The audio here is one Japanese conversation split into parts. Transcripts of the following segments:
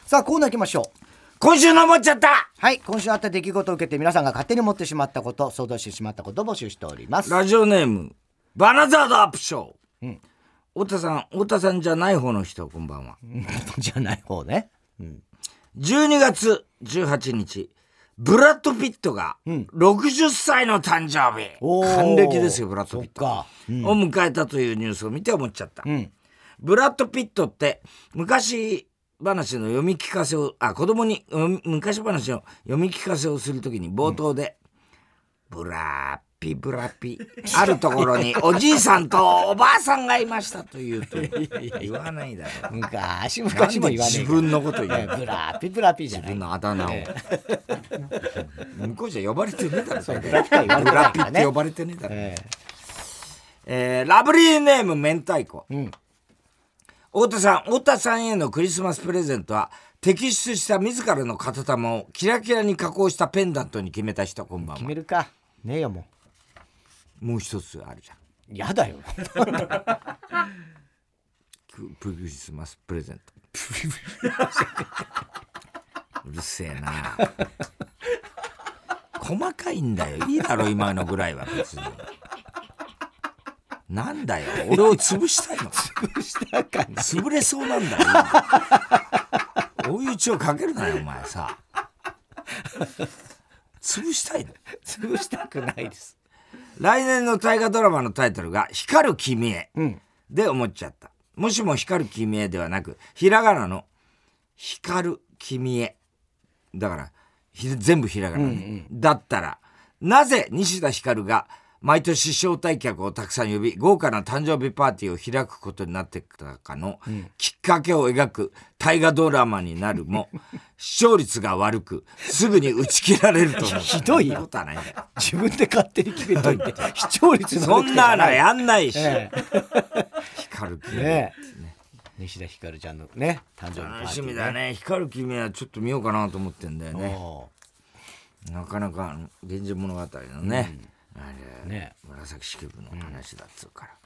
さあコーナー行きましょう。 今週の思っちゃった。 はい、今週あった出来事を受けて皆さんが勝手に思ってしまったこと、想像してしまったことを募集しております。 ラジオネームバナザードアップショー、太田さんじゃない方の人、こんばんは。 じゃない方ね、 12月18日ブラッド・ピットが60歳の誕生日、還暦ですよブラッド・ピット、を迎えたというニュースを見て思っちゃった、ブラッド・ピットって昔話の読み聞かせを子供に昔話の読み聞かせをするときに冒頭で、ブラピブラピあるところにおじいさんとおばあさんがいましたと言うと言わないだろう。 昔も言わねえ。 自分のこと言う、 ブラピブラピじゃない、 自分のあだ名を、向こうじゃ呼ばれてねえだろ、それでブラピって言われてないからね、 ブラピって呼ばれてねえだろ、ラブリーネーム明太子、太田さんへのクリスマスプレゼントは摘出した自らの片玉をキラキラに加工したペンダントに決めた人、こんばんは。 決めるかねえよ。 もう一つあるじゃん。 やだよクリスマスプレゼントうるせえな細かいんだよ。いいだろ今のぐらいは別に。なんだよ、俺を潰したいの潰したかな、 潰れそうなんだよ追い打ちをかけるなよお前さ。潰したいの？ 潰したくないです。 来年の大河ドラマのタイトルが光る君へ、で思っちゃった。もしも光る君へではなくひらがなの光る君へだから全部ひらがな、だったらなぜ西田ひかるが毎年招待客をたくさん呼び豪華な誕生日パーティーを開くことになってきたかの、きっかけを描く大河ドラマになるも視聴率が悪くすぐに打ち切られると思う。 ひどいよ、 ことはないんだよ。 自分で勝手に決めといて視聴率のそんなのやんないし、光る君へ、 西田ひかるちゃんのね誕生日パーティー、 楽しみだね。光る君はちょっと見ようかなと思ってんだよね。なかなか源氏物語のね、あれ紫式部の話だっつうから、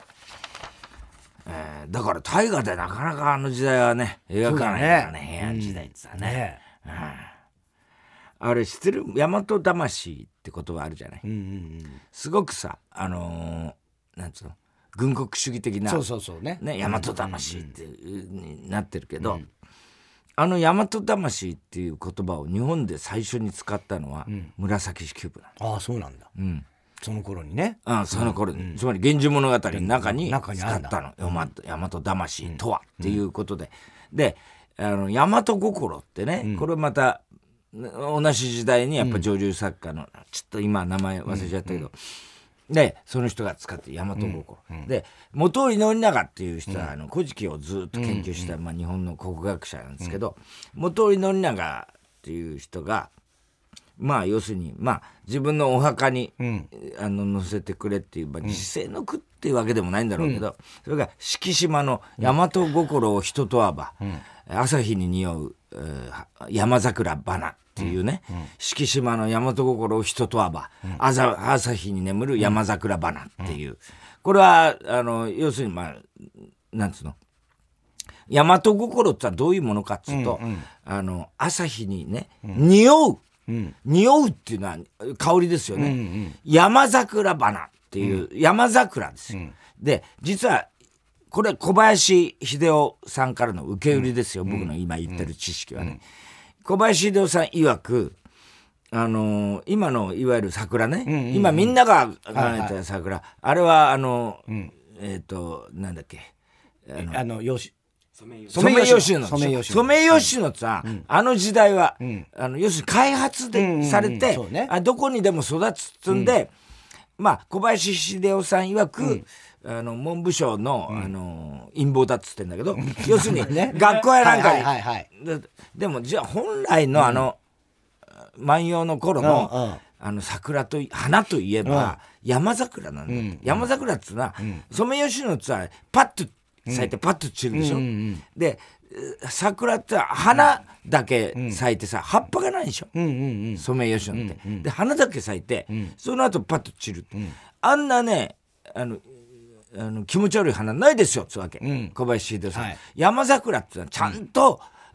だから大河でなかなかあの時代はね描かないからね、平安時代ってさね、あれ知ってる？大和魂って言葉あるじゃない、すごくさなんつうの軍国主義的なそうね、 大和魂ってなってるけど、あの大和魂っていう言葉を日本で最初に使ったのは紫式部なの。 ああそうなんだ、その頃にね、 その頃に、つまり源氏物語の中に使ったの、大和魂とはっていうことで、で大和心ってね、これまた同じ時代にやっぱ女流作家の、ちょっと今名前忘れちゃったけど、でその人が使って大和心、で本居宣長っていう人は古事記をずっと研究した、日本の国学者なんですけど、本居宣長っていう人が要するに自分のお墓に、載せてくれっていう、実世の句っていうわけでもないんだろうけど、それが敷島の大和心を人とわば、朝日に匂う、山桜花っていうね、敷島の大和心を人とわば、朝日に眠る山桜花っていう、これは要するになんつうの、大和心ってどういうものかっつうと、朝日にね匂うっていうのは香りですよね、山桜花っていう、山桜ですよ、で実はこれ小林秀夫さんからの受け売りですよ、僕の今言ってる知識はね、小林秀夫さん曰く今のいわゆる桜ね、今みんなが考えた桜、あれはなんだっけソメイヨシノってさ、あの時代は、要するに開発されて、どこにでも育つっつんで、小林秀夫さん曰く、文部省の、陰謀だっつってんだけど、要するに、学校やなんかに、でもじゃあ本来の万葉の頃の、桜と花といえば、山桜なんだ、山桜っつうのは、ソメイヨシノっつうのはパッと咲いてパッと散るでしょ、で桜って花だけ咲いてさ、葉っぱがないでしょ、ソメイヨシノって、で花だけ咲いて、その後パッと散る、あんなね気持ち悪い花ないですよっつうわけ、小林秀夫さん、山桜ってのはちゃんと、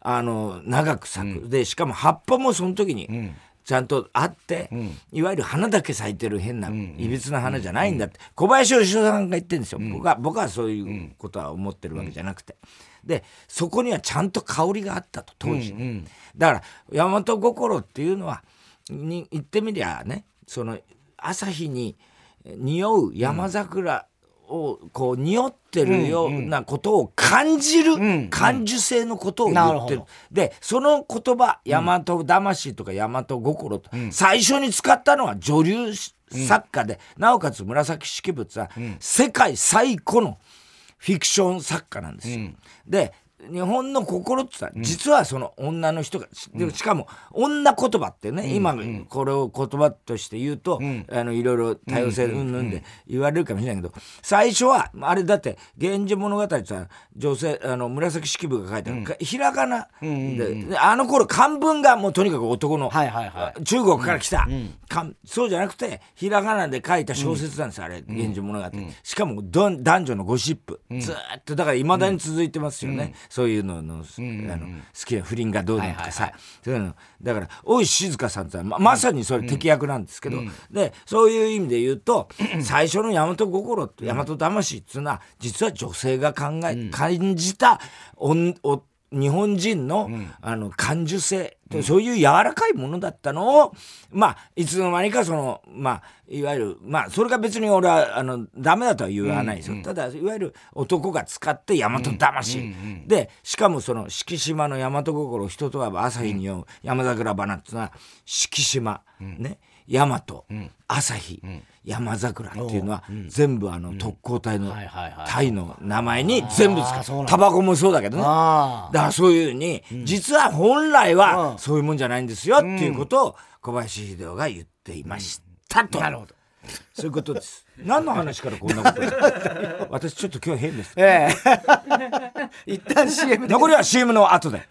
長く咲く、でしかも葉っぱもその時にちゃんとあって、いわゆる花だけ咲いてる変ないびつな花じゃないんだって、小林芳雄さんが言ってるんですよ、僕はそういうことは思ってるわけじゃなくて、でそこにはちゃんと香りがあったと当時、だから大和心っていうのは言ってみりゃね、その朝日に匂う山桜をこう匂ってるようなことを感じる、感受性のことを言ってる。でその言葉大和魂とか大和心と、最初に使ったのは女流作家で、なおかつ紫式部は世界最古のフィクション作家なんですよ。で日本の心ってさ、実はその女の人が、しかも女言葉ってね、今これを言葉として言うと、いろいろ多様性うんぬんで言われるかもしれないけど、最初はあれだって「源氏物語」ってさ、女性紫式部が書いてある、ひらがなで、あの頃漢文がもうとにかく男の、中国から来た、そうじゃなくてひらがなで書いた小説なんです、あれ「源氏物語」しかも男女のゴシップ、ずっとだからいまだに続いてますよね、そういうの好きな不倫がどうだとかさ、そういうのだから大石静香さんってまさにそれ敵役なんですけど、でそういう意味で言うと最初の大和心と大和魂っていうのは実は女性が感じた日本人の、感受性、そういう柔らかいものだったのを、いつの間にかその、いわゆる、それが別に俺はダメだとは言わないですよ、ただいわゆる男が使って大和魂、でしかもその敷島の大和心、人とは朝日に酔う山桜花っていうのは敷島、ね、大和、朝日、山桜っていうのは全部特攻隊の隊の名前に全部使う。タバコもそうだけどね。だからそういうふうに実は本来はそういうもんじゃないんですよっていうことを小林秀夫が言っていましたと。 なるほど。 そういうことです。何の話からこんなこと私ちょっと今日変です。 一旦 CM で。 残りは CM の後で。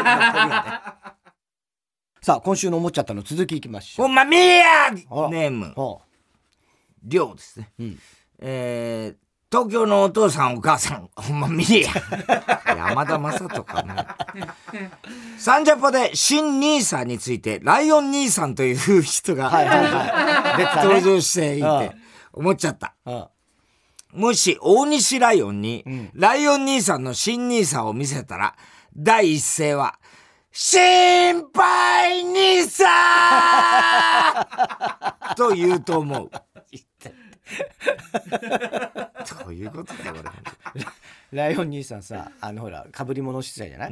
さあ今週の思っちゃったの続きいきましょう。 ほんまみやネームりょうですね、東京のお父さんお母さんほんまみや山田雅人かなサンジャポで新兄さんについてライオン兄さんという人が、登場していて思っちゃった。もし大西ライオンに、ライオン兄さんの新兄さんを見せたら第一声は心配兄さんと言うと思う。どういうことだよこれ。 ライオン兄さんさ、ほらかぶり物してたじゃない、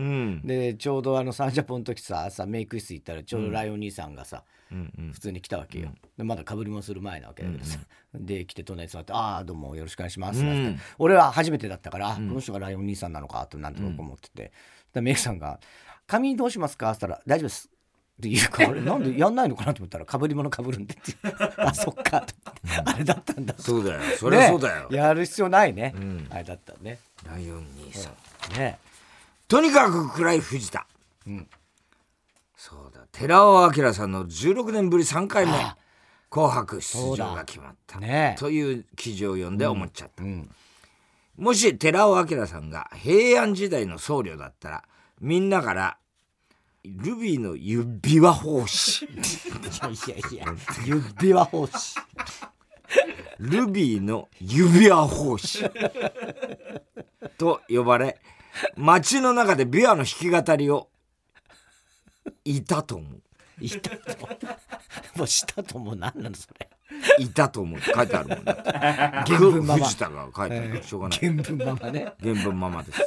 でちょうどサンジャポの時さ、朝メイク室行ったらちょうどライオン兄さんがさ、普通に来たわけよ、でまだかぶり物する前なわけだけどさ、で来て隣に座って「ああどうもよろしくお願いします」俺は初めてだったから、この人がライオン兄さんなのかとなんとなく思ってて、でメイクさんが「髪どうしますか?」って言ったら「大丈夫です」って言うからなんでやんないのかなと思ったらかぶり物かぶるんでってあそっかと思って、あれだったんだ。 そうだよ、それはそうだよ、 やる必要ないね、あれだったね。 ライオン兄さん、 ね、 とにかく暗い藤田、そうだ、寺尾明さんの16年ぶり3回目紅白出場が決まった、という記事を読んで思っちゃった、もし寺尾明さんが平安時代の僧侶だったらみんなからルビーの指輪奉仕いや指輪奉仕ルビーの指輪奉仕と呼ばれ、街の中で琵琶の弾き語りをいたと思う。 いたともうしたと思う。何なのそれ。 いたと思うって書いてあるもんだって。 原文ママ藤田が書いてあるからしょうがない。 原文ママね。 原文ママです。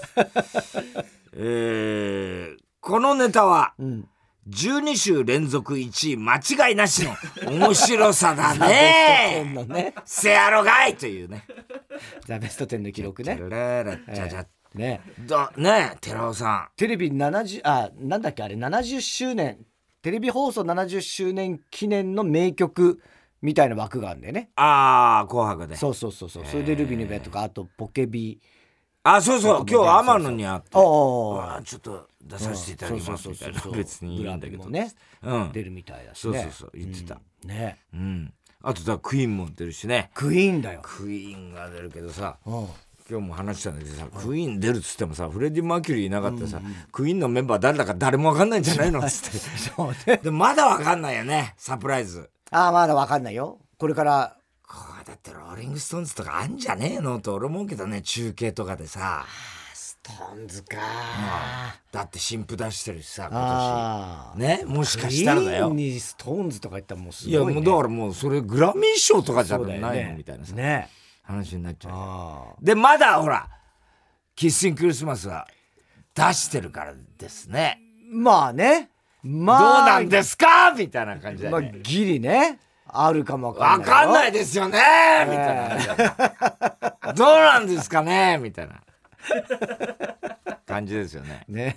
このネタは、12週連続1位間違いなしの面白さだね。せやろがいというね。 ザ・ベスト10の記録ね。 ね寺尾さん。 テレビ70なんだっけあれ70周年テレビ放送70周年記念の名曲みたいな枠があるんだよね。 紅白で。 そうそれでルビーのベとかあとポケビ。 そう今日天野に会ってちょっと出させていただきますみたいな。別にいいんだけどね、出るみたいだしね。 そう言ってたね。 あとクイーンも出るしね。 クイーンだよ。 クイーンが出るけどさ、 今日も話したんだけどさ、クイーン出るっつってもさ、フレディ・マーキュリーいなかったらさ、クイーンのメンバー誰だか誰も分かんないんじゃないのっつってそうね。でもまだ分かんないよね、サプライズ。 まだ分かんないよ、これから。 だってローリングストーンズとかあんじゃねえのと俺思うけどね、中継とかでさ。 ストーンズか、 だって新譜出してるしさ今年ね、もしかしたらだよ。 クイーンにストーンズとか言ったらもうすごい、ね、 いやもうだからもうそれグラミー賞とかじゃないのみたいなさ、ね、話になっちゃう。でまだほらキッシングクリスマスは出してるからですね。 まあね、 どうなんですかみたいな感じだね。 ギリねあるかも分かんないですよねみたいなどうなんですかねみたいな感じですよね。 ね、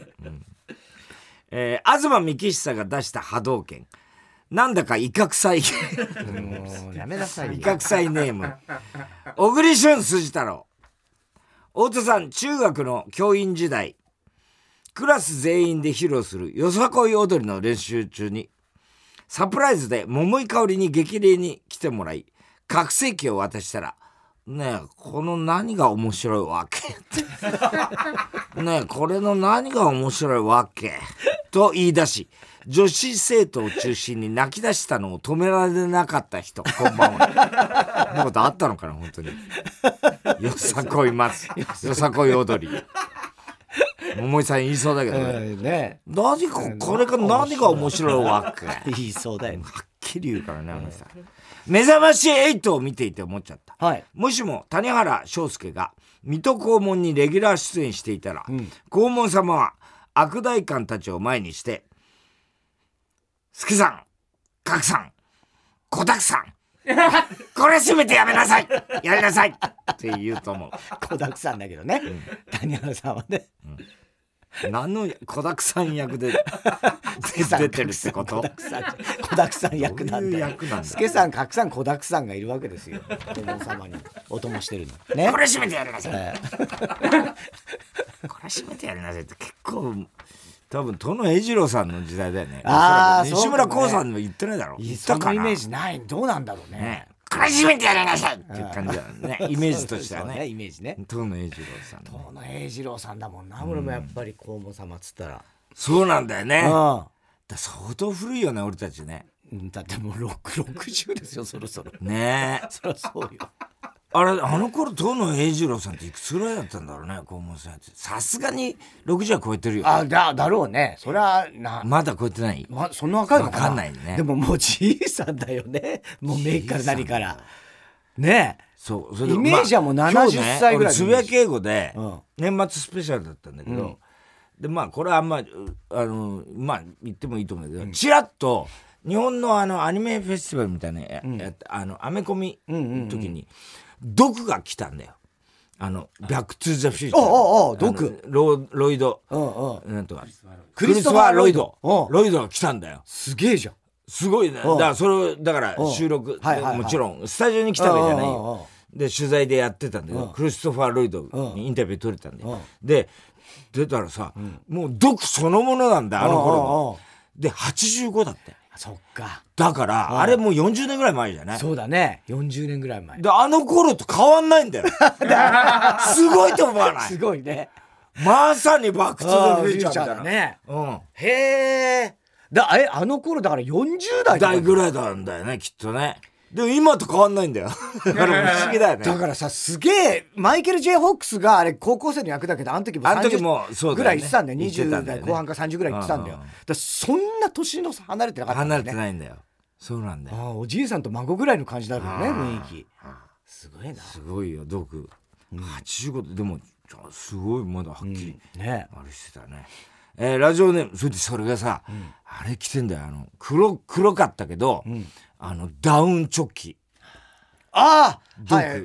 東幹久が出した波動拳、なんだかイカ臭いもうやめなさい。 イカ臭いネーム小栗旬筋太郎。太田さん、中学の教員時代、クラス全員で披露するよさこい踊りの練習中にサプライズで桃井かおりに激励に来てもらい拡声器を渡したら、ねえこの何が面白いわけねえこれの何が面白いわけと言い出し、女子生徒を中心に泣き出したのを止められなかった人、こんばんは。そんなことあったのかな本当に。よさこいますよさこい踊り桃井さん言いそうだけどね、何かこれが何が面白いわけ言いそうだよね、 はっきり言うからね、目覚まし8を見ていて思っちゃった、もしも谷原章介が水戸黄門にレギュラー出演していたら、黄門様は悪代官たちを前にして助さん、角さん、小沢さんこれ全てやめなさいやりなさいって言うと思う。 小沢さんだけどね、谷原さんはね、 何の小沢さん役で出てるってこと？ 小沢さん役なんだよ。助さん、角さん、小沢さんがいるわけですよ。お殿様にお供してるの、ね、 これ閉めてやりなさい、これ閉めてやりなさいって結構多分殿栄二郎さんの時代だよね。西村光さんも言ってないだろう。言ったかな。 そのイメージない。どうなんだろうね。 これ閉めてやりなさいっていう感じだよね。イメージとしてはね。 イメージね。 殿栄二郎さん。 殿栄二郎さんだもんな。俺もやっぱり黄門様っつったら。 そうなんだよね。だ相当古いよね俺たちね。 だってもう60ですよそろそろ。 ねえ。 そりゃそうよ。 あの頃殿栄二郎さんっていくつぐらいだったんだろうね、黄門さんって。さすがに60は超えてるよ。 だろうね。そりゃまだ超えてない。 そんな若いのかな。 分かんないね。 でももうじいさんだよね。もうメイクから何からねえ。 そうそれでイメージはもう70歳ぐらい。 つぶやき英語で年末スペシャルだったんだけど、でこれはあんま言ってもいいと思うんだけど、ちらっと日本のアニメフェスティバルみたいなアメコミの時に毒が来たんだよ。バックトゥザフューチャー。 毒。 ロイド。なんとか。 クリストファー・ロイド。 ロイドが来たんだよ。 すげえじゃん。 すごいね。だから収録、もちろんスタジオに来たわけじゃないよ。で取材でやってたんだけど、クリストファー・ロイドにインタビュー取れたんだよ。で出たらさ、もう毒そのものなんだ、あの頃の。で85だって。 そっか。 だからあれもう40年ぐらい前じゃない？ そうだね、40年ぐらい前であの頃と変わんないんだよすごいと思わない？ すごいね。 まさにバックトゥザフューチャーみたいなね。へえ。あの頃だから40代ぐらいなんだよねきっとね。でも今と変わんないんだよだから不思議だよね。 だからさ、すげえマイケル・J・フォックスがあれ高校生の役だけど、あの時も30ぐらい言ってたんだよ。20代後半か30ぐらい言ってたんだよ。だそんな年の離れてなかったんだよね。 離れてないんだよ。そうなんだよ。 おじいさんと孫ぐらいの感じだけどね、雰囲気。すごいな。 すごいよ。毒85でもすごいまだはっきりあれしてたね。ラジオネームそれがさ、あれ着てんだよ。黒かったけど、ダウンチョッキ。 はい、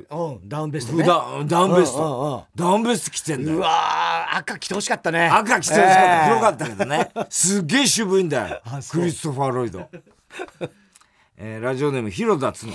ダウンベストね。 ダウンベスト。ダウンベスト着てんだよ。 うわ赤着てほしかったね。 赤着てほしかった。黒かったけどね。すげえ渋いんだよ。クリストファー・ロイド。ラジオネーム広田つの。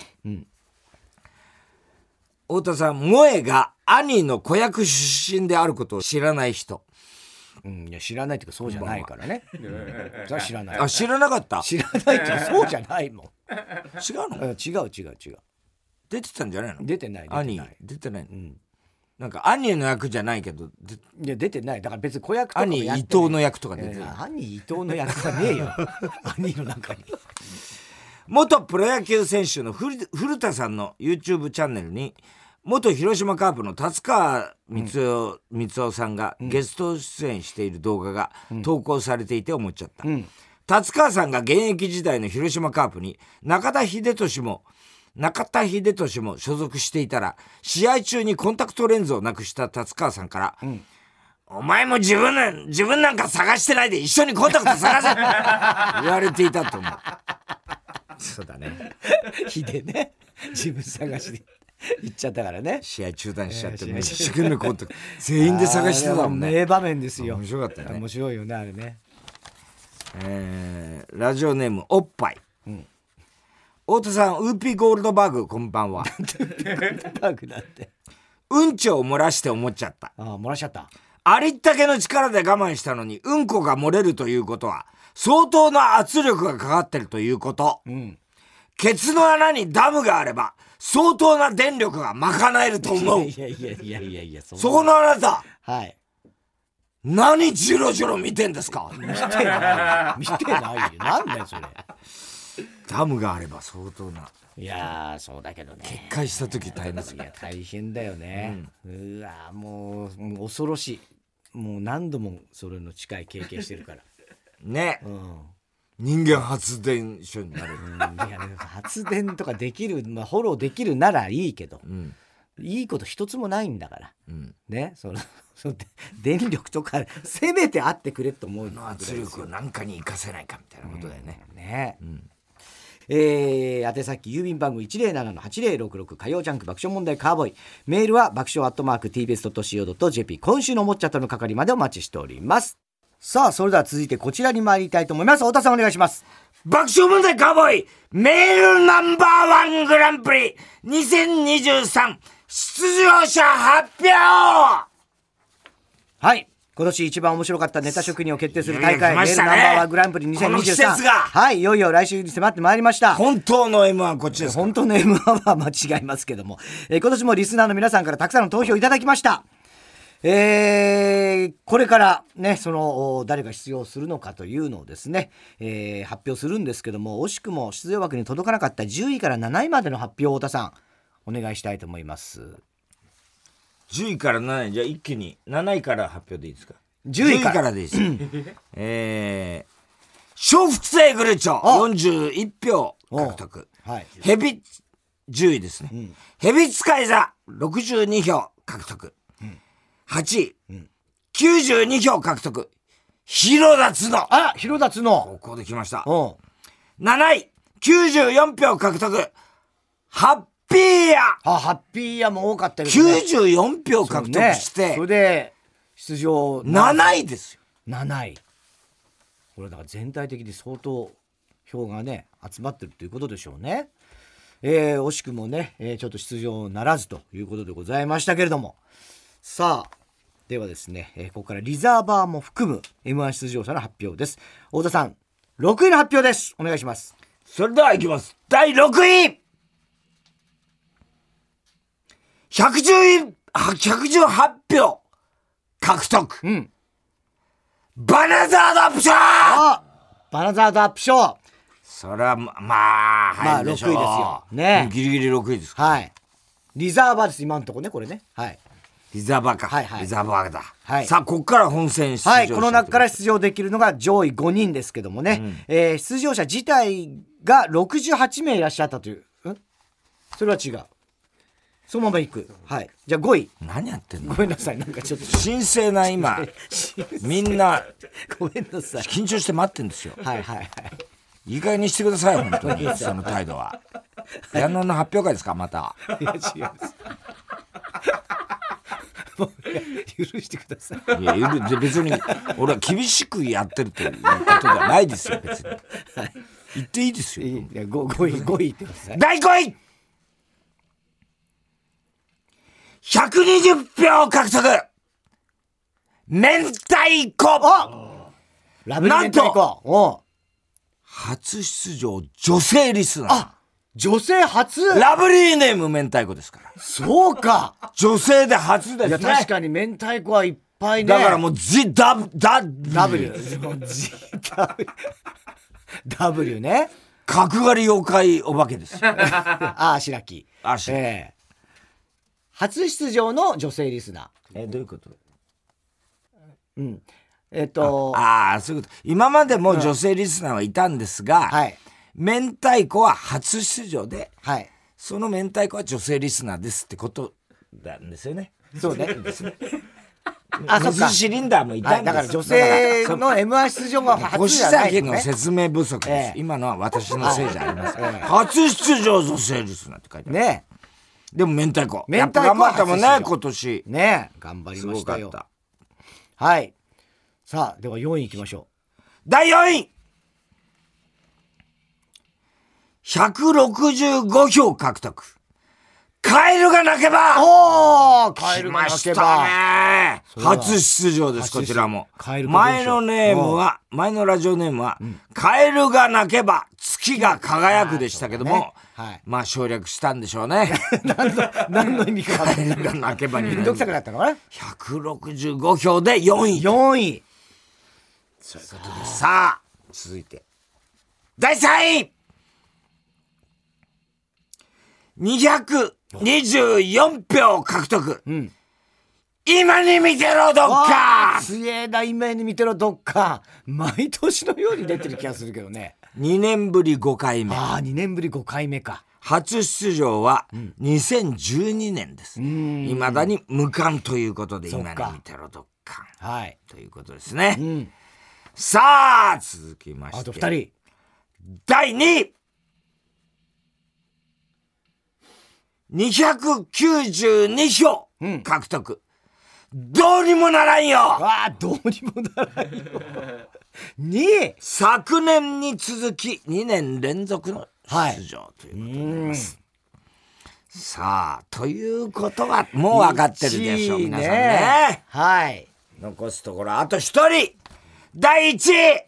太田さん、萌えが兄の子役出身であることを知らない人。 いや知らないっていうかそうじゃないからね。それは知らない。 知らなかった。 知らないってそうじゃないもん。 違うの？ 違う。 出てたんじゃないの？ 出てない。 兄出てない。 なんか兄の役じゃないけど、 いや出てない。だから別に子役とかも兄伊藤の役とか出てる。 兄伊藤の役はねえよ兄の中に。 元プロ野球選手の古田さんの YouTube チャンネルに元広島カープの達川光夫さんがゲスト出演している動画が投稿されていて思っちゃった、達川さんが現役時代の広島カープに中田英寿も所属していたら、試合中にコンタクトレンズをなくした達川さんから、お前も自分なんか探してないで一緒にコンタクト探せ言われていたと思う。そうだね。 ヒデね、自分探しで行っちゃったからね。 試合中断しちゃってね。一生懸命コンタクト全員で探してたもんね。 名場面ですよ。 面白かったね。 面白いよねあれね。 ラジオネームおっぱい。太田さん、ウーピーゴールドバーグこんばんは。 ウーピーゴールドバーグだって。 うんちを漏らして思っちゃった。 漏らしちゃった。 ありったけの力で我慢したのにうんこが漏れるということは相当な圧力がかかってるということ、ケツの穴にダムがあれば相当な電力が賄えると思う。 いやそこのあなた、 はい、 何ジロジロ見てんですか。 見てないよ。なんだよそれ。 ダムがあれば相当な。 いやそうだけどね、 決壊した時大変ですよ。 いや大変だよね、うわもう恐ろしい。もう何度もそれの近い経験してるからね、人間発電所になる、 いや発電とかできる、フォローできるならいいけど、いいこと一つもないんだから、ね、その電力とかせめてあってくれと思うの圧力を何かに生かせないかみたいなことだよね。 宛先郵便番号 107-8066 火曜ジャンク爆笑問題カーボーイ。メールは爆笑@tbs.co.jp。 今週のもっちゃったの係までお待ちしております。さあそれでは続いてこちらに参りたいと思います。太田さんお願いします。 爆笑問題カーボーイメールナンバーワングランプリ2023出場者発表。 はい、今年一番面白かったネタ職人を決定する大会、メールナンバーワングランプリ2023、はい、いよいよ来週に迫ってまいりました。 本当の M1 こっちですか。 本当の M1 は間違いますけども、今年もリスナーの皆さんからたくさんの投票いただきました。これからね、その誰が出場するのかというのをですね、発表するんですけども、惜しくも出場枠に届かなかった10位から7位までの発表を太田さんお願いしたいと思います。 10位から7位、じゃあ一気に7位から発表でいいですか。 10位からでいいです笑福亭グルチョ41票獲得、ヘビ10位ですね、ヘビ使い座62票獲得、8位、92票獲得広田つの。 広田つのここで来ました。7位94票獲得ハッピーヤ。 ハッピーヤも多かったけどね、 94票獲得して、 それで出場 7位ですよ。 7位。これだから全体的に相当票がね集まってるということでしょうね。惜しくもね、ちょっと出場ならずということでございましたけれども、さあではですね、ここからリザーバーも含む M1 出場者の発表です。太田さん6位の発表です。お願いします。 それではいきます。第6位118票獲得、バナザードアップ賞。 バナザードアップ賞、 それはまあ入るでしょう。 6位ですよね。 ギリギリ6位ですか。 はい、リザーバーです、今のところね、これね。はい、 リザーバーか、リザーバーだ、さあここから本戦出場、 はい、この中から出場できるのが上位5人ですけどもね、出場者自体が68名いらっしゃったという、それは違う、そのままいく。はい、じゃあ5位。 何やってんの。 ごめんなさい、なんかちょっと神聖な今みんなごめんなさい、 緊張して待ってんですよ。いい加減にしてください本当にその態度は。ピアノの発表会ですかまた。 いや違いますもう許してください。 いや別に俺は厳しくやってるということではないですよ別に、言っていいですよ。 いや 5位ってください。 第5位120票獲得明太子。 ラブリー明太子。 初出場女性リスナー。 女性初。 ラブリーネーム明太子ですから。 そうか。 女性で初ですね。 いや確かに明太子はいっぱいね。 だからもう W ね。 角刈り妖怪お化けです。 ああ白木。初出場の女性リスナー。どういうこと？ うん。 そういうこと。今までも女性リスナーはいたんですが、はい、明太子は初出場で、はい、その明太子は女性リスナーですってことなんですよね。 そうね。 水シリンダーもいたんです。 だから女性の M1 出場が初じゃない、 星崎の説明不足です。今のは私のせいじゃありません。初出場女性リスナーって書いてある。ね。でも明太子。やっぱ頑張ったもんね、今年。 ね。頑張りましたよ。はい。さあ、では4位いきましょう。第4位 !165 票獲得。カエルが鳴けば。 おー、カエルが鳴けば。 ね、初出場です、こちらも。前のラジオネームは、カエルが鳴けば月が輝くでしたけども、まあ省略したんでしょうね。 何の意味か。 カエルが鳴けばに。 めんどくさくなったのかな。 165票で4位。 4位。 そういうことです。さあ、続いて。第3位224票獲得。今に見てろどっか。 強えな、今に見てろどっか。毎年のように出てる気がするけどね。 2年ぶり5回目。 2年ぶり5回目か。 初出場は2012年です。いまだに無冠ということで、今に見てろどっか。はい。ということですね。さあ、続きまして。 あと2人。 第2位292票獲得。どうにもならんよ。 どうにもならんよ。2位。 昨年に続き2年連続の出場ということになります。さあ、ということはもう分かってるでしょう、皆さんね。 はい。 残すところあと1人。第1位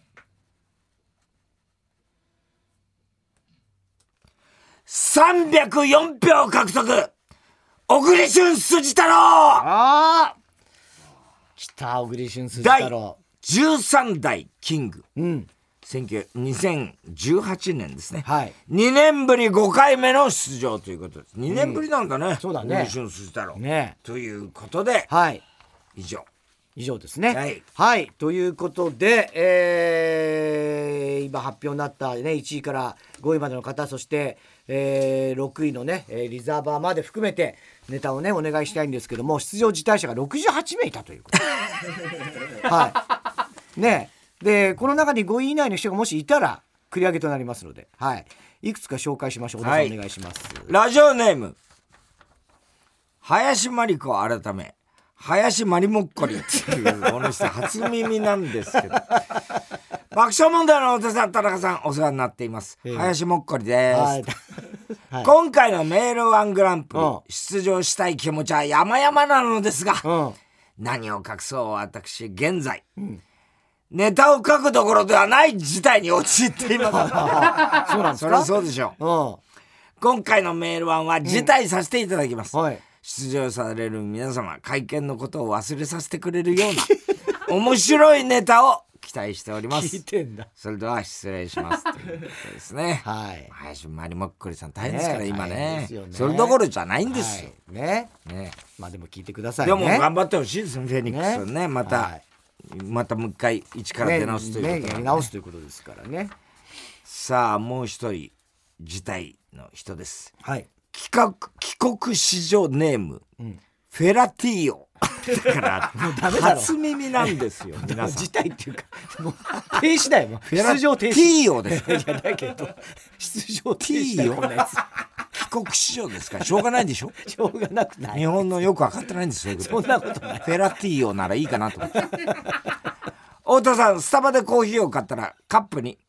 304票獲得。小栗旬筋太郎。 来た、小栗旬筋太郎。 第13代キング。2018年ですね。はい。2年ぶり5回目の出場ということです。2年ぶりなんだね。 そうだね。 小栗旬筋太郎。ね。ということで、 はい。 以上ですね。はい。はい。ということで、今発表になったね、1位から5位までの方、そして、6位のね、リザーバーまで含めてネタをねお願いしたいんですけども、出場辞退者が68名いたということはいね。でこの中に5位以内の人がもしいたら繰り上げとなりますので、はい、いくつか紹介しましょう。小田さん、お願いします。 ラジオネーム林真理子改め林まりもっこりっていうこの人初耳なんですけど爆笑問題の太田さん、田中さん、お世話になっています、林もっこりです、はい今回のメールワングランプリ、出場したい気持ちは山々なのですが、何を隠そう私現在、ネタを書くどころではない事態に陥っていますそうなんですか。 そりゃそうでしょう、今回のメールワンは辞退させていただきます、出場される皆様、会見のことを忘れさせてくれるような面白いネタを期待しております。 聞いてんだ。 それでは失礼しますということですね。はい。林真理もっこりさん大変ですから、今ね。それどころじゃないんですよ。 ね。まあでも聞いてくださいね。 でも頑張ってほしいですね、フェニックスね。またもう一回一から出直すということで。 やり直すということですからね。 さあ、もう一人辞退の人です。 はい。 帰国子女ネーム、フェラティーオ。だから初耳なんですよ皆さん。 辞退っていうかもう停止だよ。出場停止。 ティーオです。 いやだけど出場停止だよこんなやつ。 帰国子女ですからしょうがないでしょ。 しょうがなくない。 日本のよく分かってないんですよ。 そんなことない。 フェラティーオならいいかなと思って。太田さん、スタバでコーヒーを買ったらカップに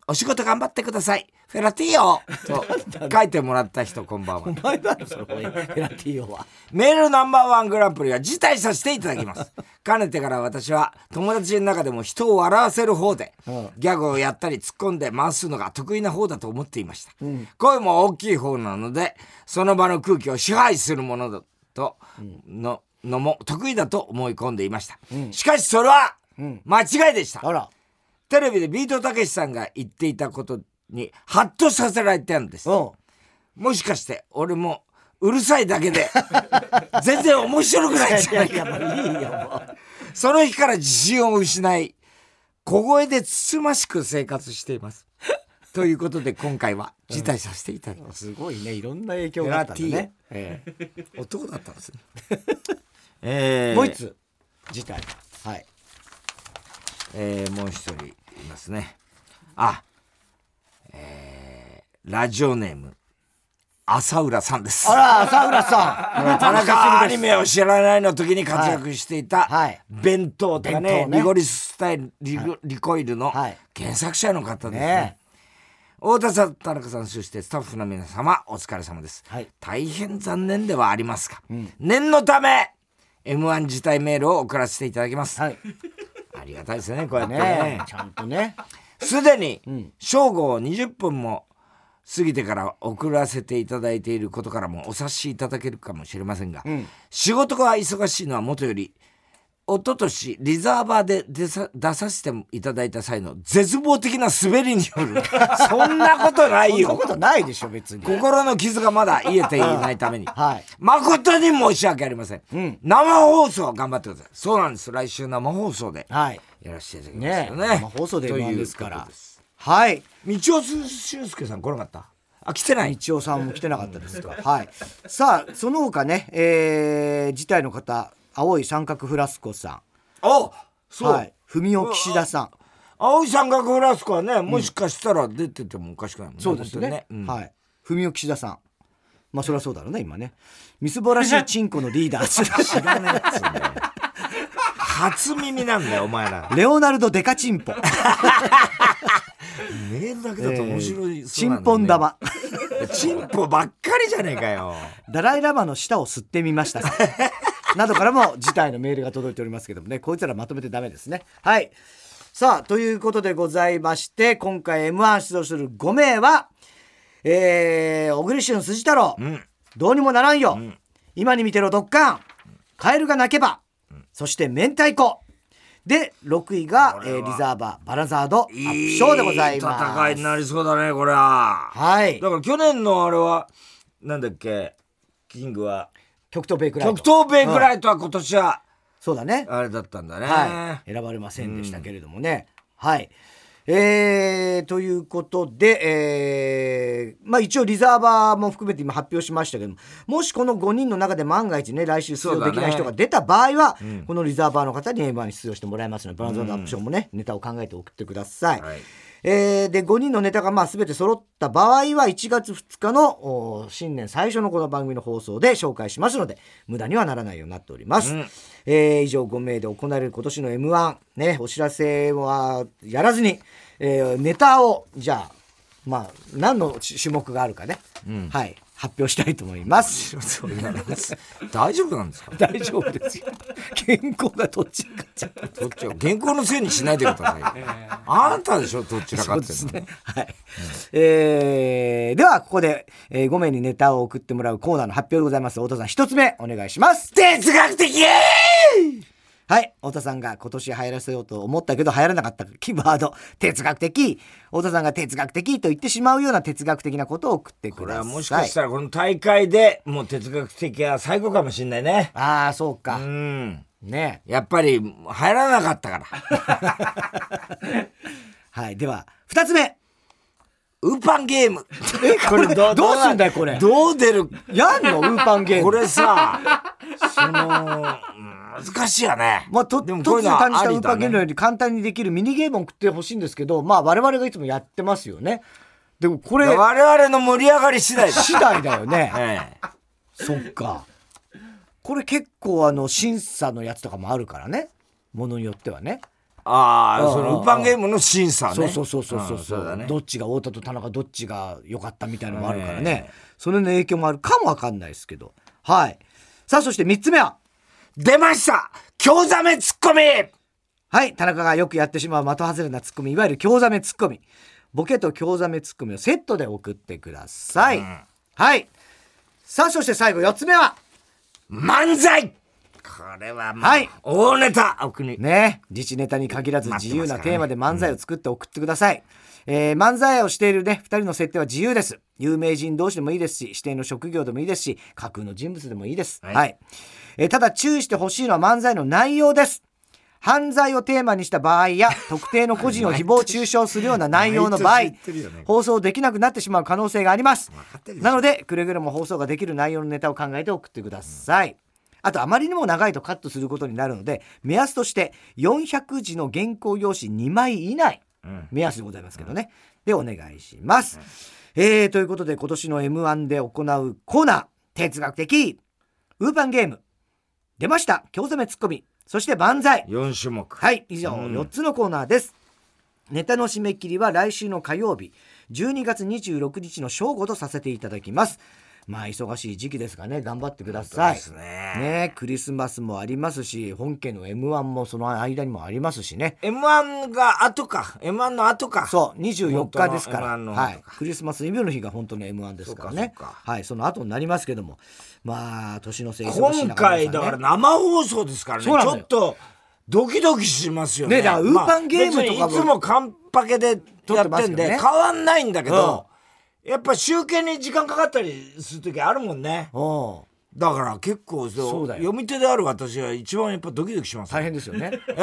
お仕事頑張ってください。フェラティーヨと書いてもらった人、こんばんは。 お前だろそれ、フェラティーヨは。 メールナンバーワングランプリは辞退させていただきます。かねてから私は友達の中でも人を笑わせる方で、ギャグをやったり突っ込んで回すのが得意な方だと思っていました。声も大きい方なので、その場の空気を支配するものだとのも得意だと思い込んでいました。しかしそれは間違いでした。テレビでビートたけしさんが言っていたことにハッとさせられてるんです。もしかして俺もうるさいだけで全然面白くないんじゃないか。その日から自信を失い、小声でつつましく生活しています。ということで今回は辞退させていただきます。 すごいね、いろんな影響があったんだね。 男だったんですね。 もう一つ辞退。はい。 もう一人いますね。ラジオネーム浅浦さんです。 あら、浅浦さん。田中アニメを知らないの時に活躍していた弁当とかね、リゴリススタイルリコイルの原作者の方ですね。太田さん、田中さん、そしてスタッフの皆様、お疲れ様です。大変残念ではありますが、念のため M1 辞退メールを送らせていただきます。ありがたいですね、こうやってね。 ちゃんとね。 すでに正午を20分も過ぎてから送らせていただいていることからもお察しいただけるかもしれませんが、仕事が忙しいのはもとより、一昨年リザーバーで出させていただいた際の絶望的な滑りによるそんなことないよ。 そんなことないでしょ別に。 心の傷がまだ癒えていないために、誠に申し訳ありません。生放送頑張ってください。そうなんです。来週生放送でやらせていただきますよね。 生放送で M1 ですから。はい。 道尾俊介さん来なかった？来てない。 道尾さんも来てなかったですか。はい。さあその他ね、辞退の方、青い三角フラスコさん。 そう。 文雄岸田さん。 青い三角フラスコはね、もしかしたら出ててもおかしくないもんね。 そうですね。はい。文雄岸田さん。まあそりゃそうだろうね今ね。みすぼらしいチンコのリーダー。 知らないやつね。初耳なんだよお前ら。 レオナルドデカチンポ。 メールだけだと面白いそうなんだね。チンポン玉。 チンポばっかりじゃねえかよ。 ダライラマの舌を吸ってみました。などからも辞退のメールが届いておりますけどもね、こいつらまとめてダメですね。はい。さあということでございまして、今回 M1 出場する5名は、小栗旬筋太郎、どうにもならんよ、今に見てろドッカン、カエルが鳴けば、そして明太子で、6位が、リザーバーバラザードアップショーでございます。 いい戦いになりそうだねこれは。 はい。 だから去年のあれはなんだっけ、キングは極東ベイクライト。 極東ベイクライトは今年は、 そうだね、 あれだったんだね。 選ばれませんでしたけれどもね。はい。ということで、まあ一応リザーバーも含めて今発表しましたけども、もしこの5人の中で万が一ね来週出場できない人が出た場合は、このリザーバーの方に M1 に出場してもらいますので、バランスのアップションもね、ネタを考えて送ってください。で5人のネタがまあ全て揃った場合は1月2日の新年最初のこの番組の放送で紹介しますので、無駄にはならないようになっております。以上5名で行われる今年の M1 ね、お知らせはやらずに、ネタをじゃあまあ何の種目があるかね、はい、発表したいと思います。 大丈夫なんですか？ 大丈夫ですよ。原稿がどっちかっちゃった。 どっち原稿のせいにしないでください。あんたでしょどっちらかってそうですね。はい。ではここで、5名にネタを送ってもらうコーナーの発表でございます。太田さん1つ目お願いします。 哲学的。 はい、太田さんが今年流行らせようと思ったけど流行らなかったキーワード、哲学的。太田さんが哲学的と言ってしまうような哲学的なことを送ってください。 これはもしかしたらこの大会でもう哲学的は最後かもしれないね。 ああそうか。ね、 やっぱり流行らなかったから。 はい、では2つ目。 ウーパンゲーム。 これどうすんだよこれ。 どう出る？ やんのウーパンゲーム。 これさ、難しいよね。 まあ突然感じたウーパンゲームより簡単にできるミニゲームを送ってほしいんですけど、まあ我々がいつもやってますよね。でもこれ我々の盛り上がり次第だよね。そっか。これ結構審査のやつとかもあるからね。ものによってはね。 そのウーパンゲームの審査ね。 そう、ね、どっちが太田と田中どっちが良かったみたいなのもあるからね、それの影響もあるかもわかんないですけど。はい。さあそして3つ目は出ました、興ざめツッコミ。 はい、田中がよくやってしまう的外れなツッコミ、いわゆる興ざめツッコミ。ボケと興ざめツッコミをセットで送ってください、はい。さあそして最後4つ目は漫才。これはもう、はい、大ネタね、自治ネタに限らず自由なテーマで漫才を作って送ってください、漫才をしているね2人の設定は自由です。有名人同士でもいいですし、指定の職業でもいいですし、架空の人物でもいいです、はい。ただ注意してほしいのは漫才の内容です。犯罪をテーマにした場合や特定の個人を誹謗中傷するような内容の場合放送できなくなってしまう可能性があります。なのでくれぐれも放送ができる内容のネタを考えて送ってください、あとあまりにも長いとカットすることになるので目安として400字の原稿用紙2枚以内、目安でございますけどね、でお願いします、ということで今年の M1 で行うコーナー、哲学的ウーパンゲーム、出ました興ざめツッコミ、そして万歳、 4種目。 はい、以上4つのコーナーです。ネタの締め切りは来週の火曜日12月26日の正午とさせていただきます。まあ忙しい時期ですがね、頑張ってください。 ですね。 クリスマスもありますし、本家の M1 もその間にもありますしね。 M1 が後か、M1 の後か。 そう24日ですから、はい、クリスマスイブの日が本当の M1 ですからね。はい、その後になりますけども、まあ年のせい忙しい中今回だから生放送ですからね、ちょっとドキドキしますよね。 だからウーパンゲームとかも、 いつもカンパケでやってんで変わんないんだけど、やっぱ集計に時間かかったりする時あるもんね。だから結構そうだよ、読み手である私は一番やっぱドキドキします、 大変ですよね。ウ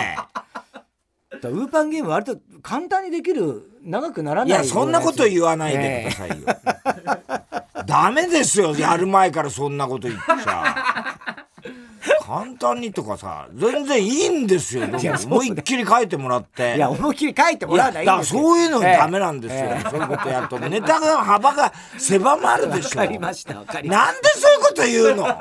ーパンゲーム割と簡単にできる、長くならない。 いやそんなこと言わないでくださいよ、ダメですよ、やる前からそんなこと言っちゃ簡単にとかさ、全然いいんですよ。思いっきり書いてもらって。 いや思いっきり書いてもらうのはいいんですよ。 だからそういうのダメなんですよ、そういうことやるとネタの幅が狭まるでしょ。 わかりました、わかりました。 なんでそういうこと言うの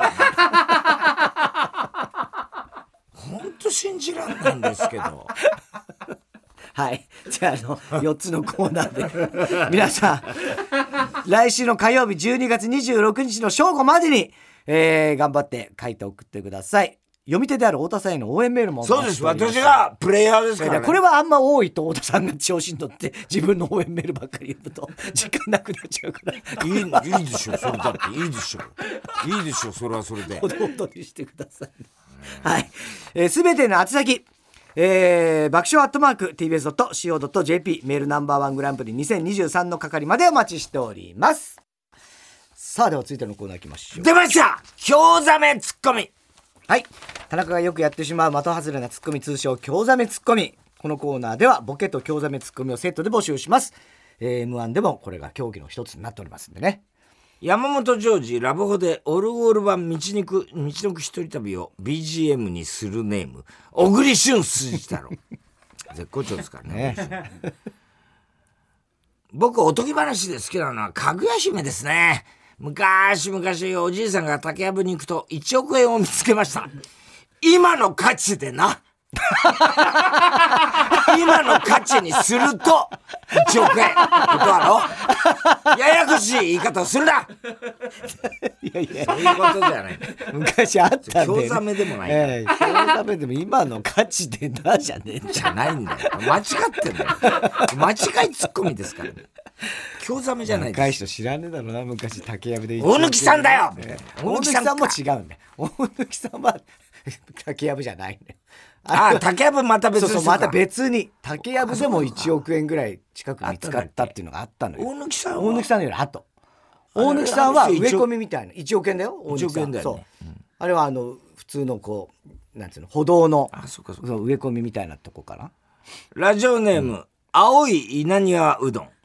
本当信じらんないんですけどはい、じゃあ4つのコーナーで皆さん来週の火曜日12月26日の正午までに頑張って書いて送ってください。読み手である太田さんへの応援メールも。 そうです、私がプレイヤーですからね。 これはあんま多いと太田さんが調子に乗って自分の応援メールばっかり読むと時間なくなっちゃうからいいでしょ、それだっていいでしょ、いいでしょ、それはそれでほどほどにしてください。はい、すべての宛先爆笑@tbs.co.jp メールナンバーワングランプリ2023の係までお待ちしております。さあでは続いてのコーナー行きましょう。 出ました、興ざめツッコミ。 はい、田中がよくやってしまう的外れなツッコミ、通称興ざめツッコミ。このコーナーではボケと興ざめツッコミをセットで募集します。M1 でもこれが競技の一つになっておりますんでね。 山本譲二ラブホでオルゴール版道のく一人旅を BGM にするネーム小栗旬筋太郎絶好調ですからね僕おとぎ話で好きなのはかぐや姫ですね。昔々おじいさんが竹やぶに行くと1億円を見つけました。今の価値でな今の価値にすると1億円ことだろややこしい言い方をするな。 いやいや、 そういうことじゃない。 昔あったんで、 興ざめでもないから、 興ざめでも今の価値でなじゃねえじゃないんだよ。間違ってんだよ。間違いツッコミですからね。興ざめじゃないです。 若い人知らねえだろうな、昔竹やぶで。 大貫さんだよ。 大貫さんも違うんだよ。大貫さんは竹やぶじゃないんだよ。 竹やぶまた別に。 そうまた別に竹やぶでも1億円ぐらい近く見つかったっていうのがあったのよ。 大貫さんのより後。大貫さんは植え込みみたいな1億円だよ。 1億円だよね。 あれは普通のこうなんつうの歩道の植え込みみたいなとこかな。 ラジオネーム、青い稲庭うどん。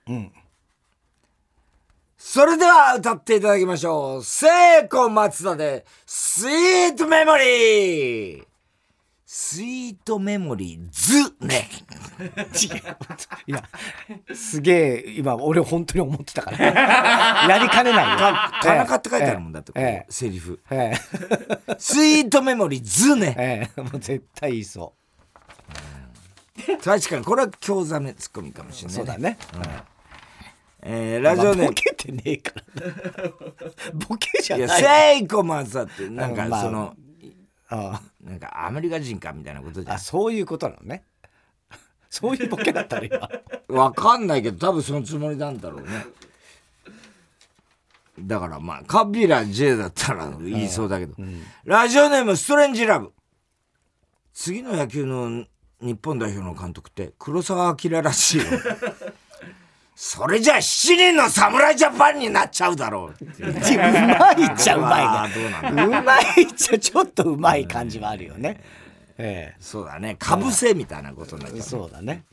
それでは歌っていただきましょう。聖子松田でスイートメモリー。スイートメモリーズね。 違う。いやすげえ今俺本当に思ってたからやりかねないよ。 田中って書いてあるもんだって、セリフ、スイートメモリーズね、 もう絶対言いそう。 確かにこれは興ざめツッコミかもしれない、ね、 そうだね、 ラジオネームボケてねえからボケじゃない、 いやセイコマさってなんかその、なんかアメリカ人かみたいなことじゃん。 そういうことなのねそういうボケだったら今わかんないけど多分そのつもりなんだろうね。だからまあカビラ J だったら言いそうだけど、ラジオネームストレンジラブ。次の野球の日本代表の監督って黒澤明らしいよそれじゃあ7人の侍ジャパンになっちゃうだろう。 うまいっちゃうまいね。うまいっちゃちょっとうまい感じはあるよね。 そうだね。かぶせみたいなことになっちゃう。 そうだね。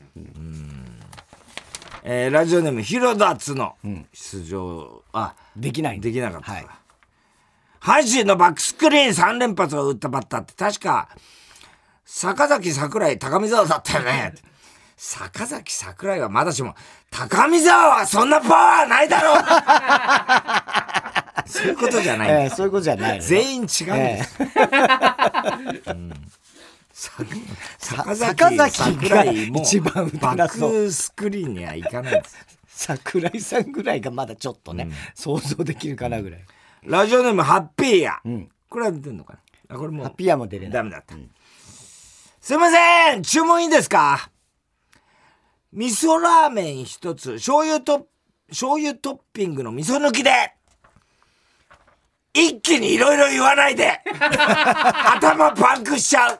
ラジオネーム広田つの出場、 できなかった。 はい。阪神のバックスクリーン3連発を打ったバッターって確か坂崎桜井高見沢だったよね。坂崎桜井はまだしも高見沢はそんなパワーないだろうそういうことじゃない、 そういうことじゃない、 全員違うんです、坂崎桜井も一番バックスクリーンには行かないです桜井さんぐらいがまだちょっとね、想像できるかなぐらい。 ラジオネームハッピーや、これは出てんのかな。これもハッピーやも出れない。 ダメだった、すいません注文いいですか。味噌ラーメン一つ醤油トッピングの味噌抜きで一気にいろいろ言わないで頭パンクしちゃう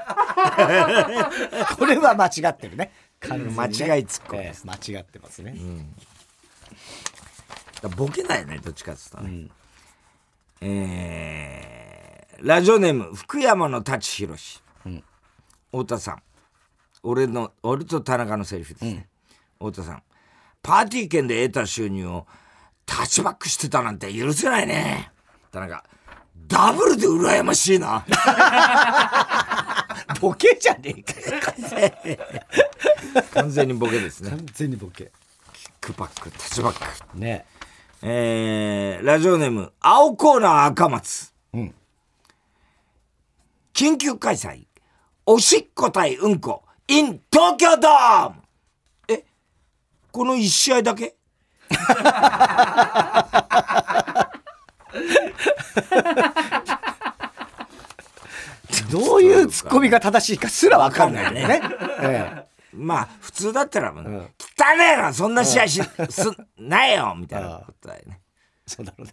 これは間違ってるね。 間違いツッコミです、 間違ってますね、 ボケないねどっちかっつったら、ラジオネーム福山の舘ひろし、太田さん、俺と田中のセリフですね、太田さん、パーティー券で得た収入をタッチバックしてたなんて許せないね。田中、ダブルで羨ましいなボケじゃねえか完全にボケですね。 完全にボケ。 キックバックタッチバックね。 ラジオネーム青コーナー赤松、緊急開催おしっこ対うんこ in 東京ドーム。この1試合だけどういうツッコミが正しいかすら分かんないね。 まあ普通だったら、汚ねえなそんな試合ないよみたいなことだよね。 そうだろう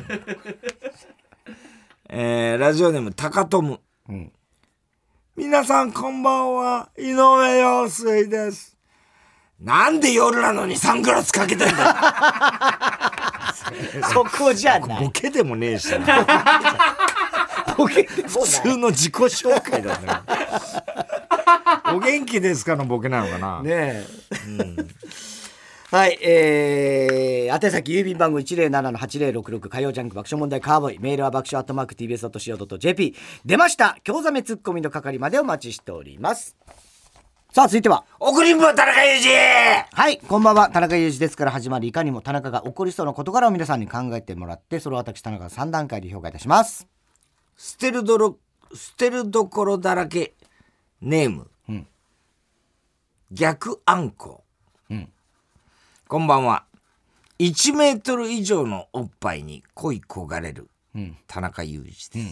ね。ラジオネーム高友、皆さんこんばんは、井上陽水です。なんで夜なのにサングラスかけてんだそこじゃない。 ボケでもねえしなボケでもない。 普通の自己紹介だねお元気ですかのボケなのかなねえ、はい、宛先郵便番号 107-8066 火曜ジャンク爆笑問題カーボーイ、メールは爆笑@tbs.co.jp。 出ました興ざめツッコミの係までお待ちしております。さあ続いては送りんぼ田中裕二。 はい、こんばんは。田中裕二ですから始まり、いかにも田中が起こりそうな事柄を皆さんに考えてもらって、それを私田中が3段階で評価いたします。 捨てるどころだらけネーム、逆あんこ、こんばんは。1メートル以上のおっぱいに恋焦がれる、田中裕二です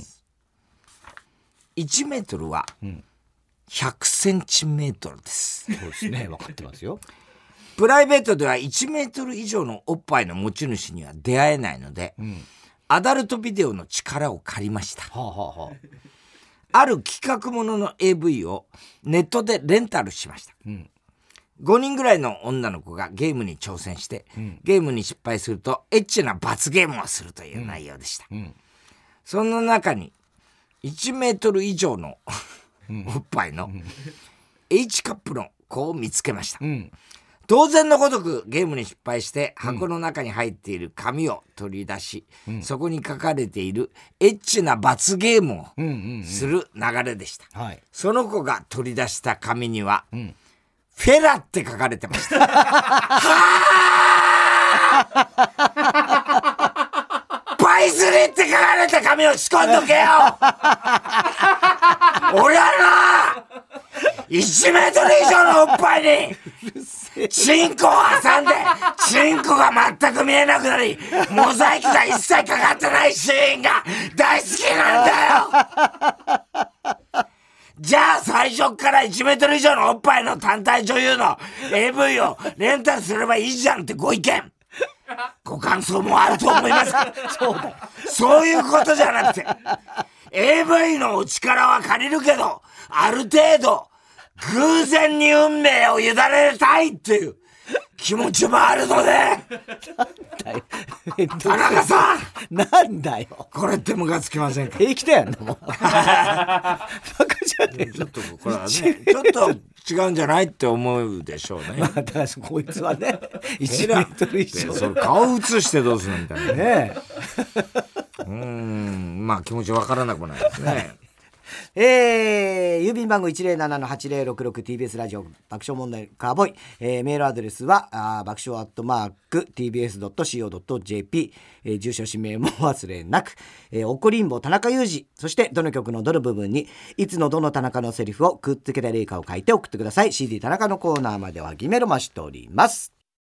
、1メートルは、100センチメートルです。 そうですね、分かってますよ。 プライベートでは1メートル以上のおっぱいの持ち主には出会えないので、アダルトビデオの力を借りました。ある企画ものの AV をネットでレンタルしました。5人ぐらいの女の子がゲームに挑戦して、ゲームに失敗するとエッチな罰ゲームをするという内容でした。その中に1メートル以上のおっぱいの H カップの子を見つけました。当然のごとくゲームに失敗して箱の中に入っている紙を取り出し、そこに書かれているエッチな罰ゲームをする流れでした。その子が取り出した紙には、フェラって書かれてました。パイズリって書かれた紙を仕込んどけよ俺はな 1メートル以上のおっぱいにチンコを挟んでチンコが全く見えなくなりモザイクが一切かかってないシーンが大好きなんだよ。じゃあ最初から1メートル以上のおっぱいの単体女優の AV をレンタルすればいいじゃんってご意見ご感想もあると思いますそういうことじゃなくて AV のお力は借りるけどある程度偶然に運命を委ねたいっていう気持ちもあるので田中さんなんだよこれってムカつきませんか。 平気だよなもうバカじゃねえ。 ちょっとこれはねちょっと違うんじゃないって思うでしょうね。 まあだからこいつはね1メートル以上それ顔映してどうするみたいなねまあ気持ちわからなくないですね。 郵便番号 107-8066 TBS ラジオ爆笑問題カーボーイ、メールアドレスは爆笑@tbs.co.jp、住所氏名も忘れなく、おこりんぼ田中裕二、そしてどの曲のどの部分にいつのどの田中のセリフをくっつけた例かを書いて送ってください。 CD 田中のコーナーまではギメロマしております。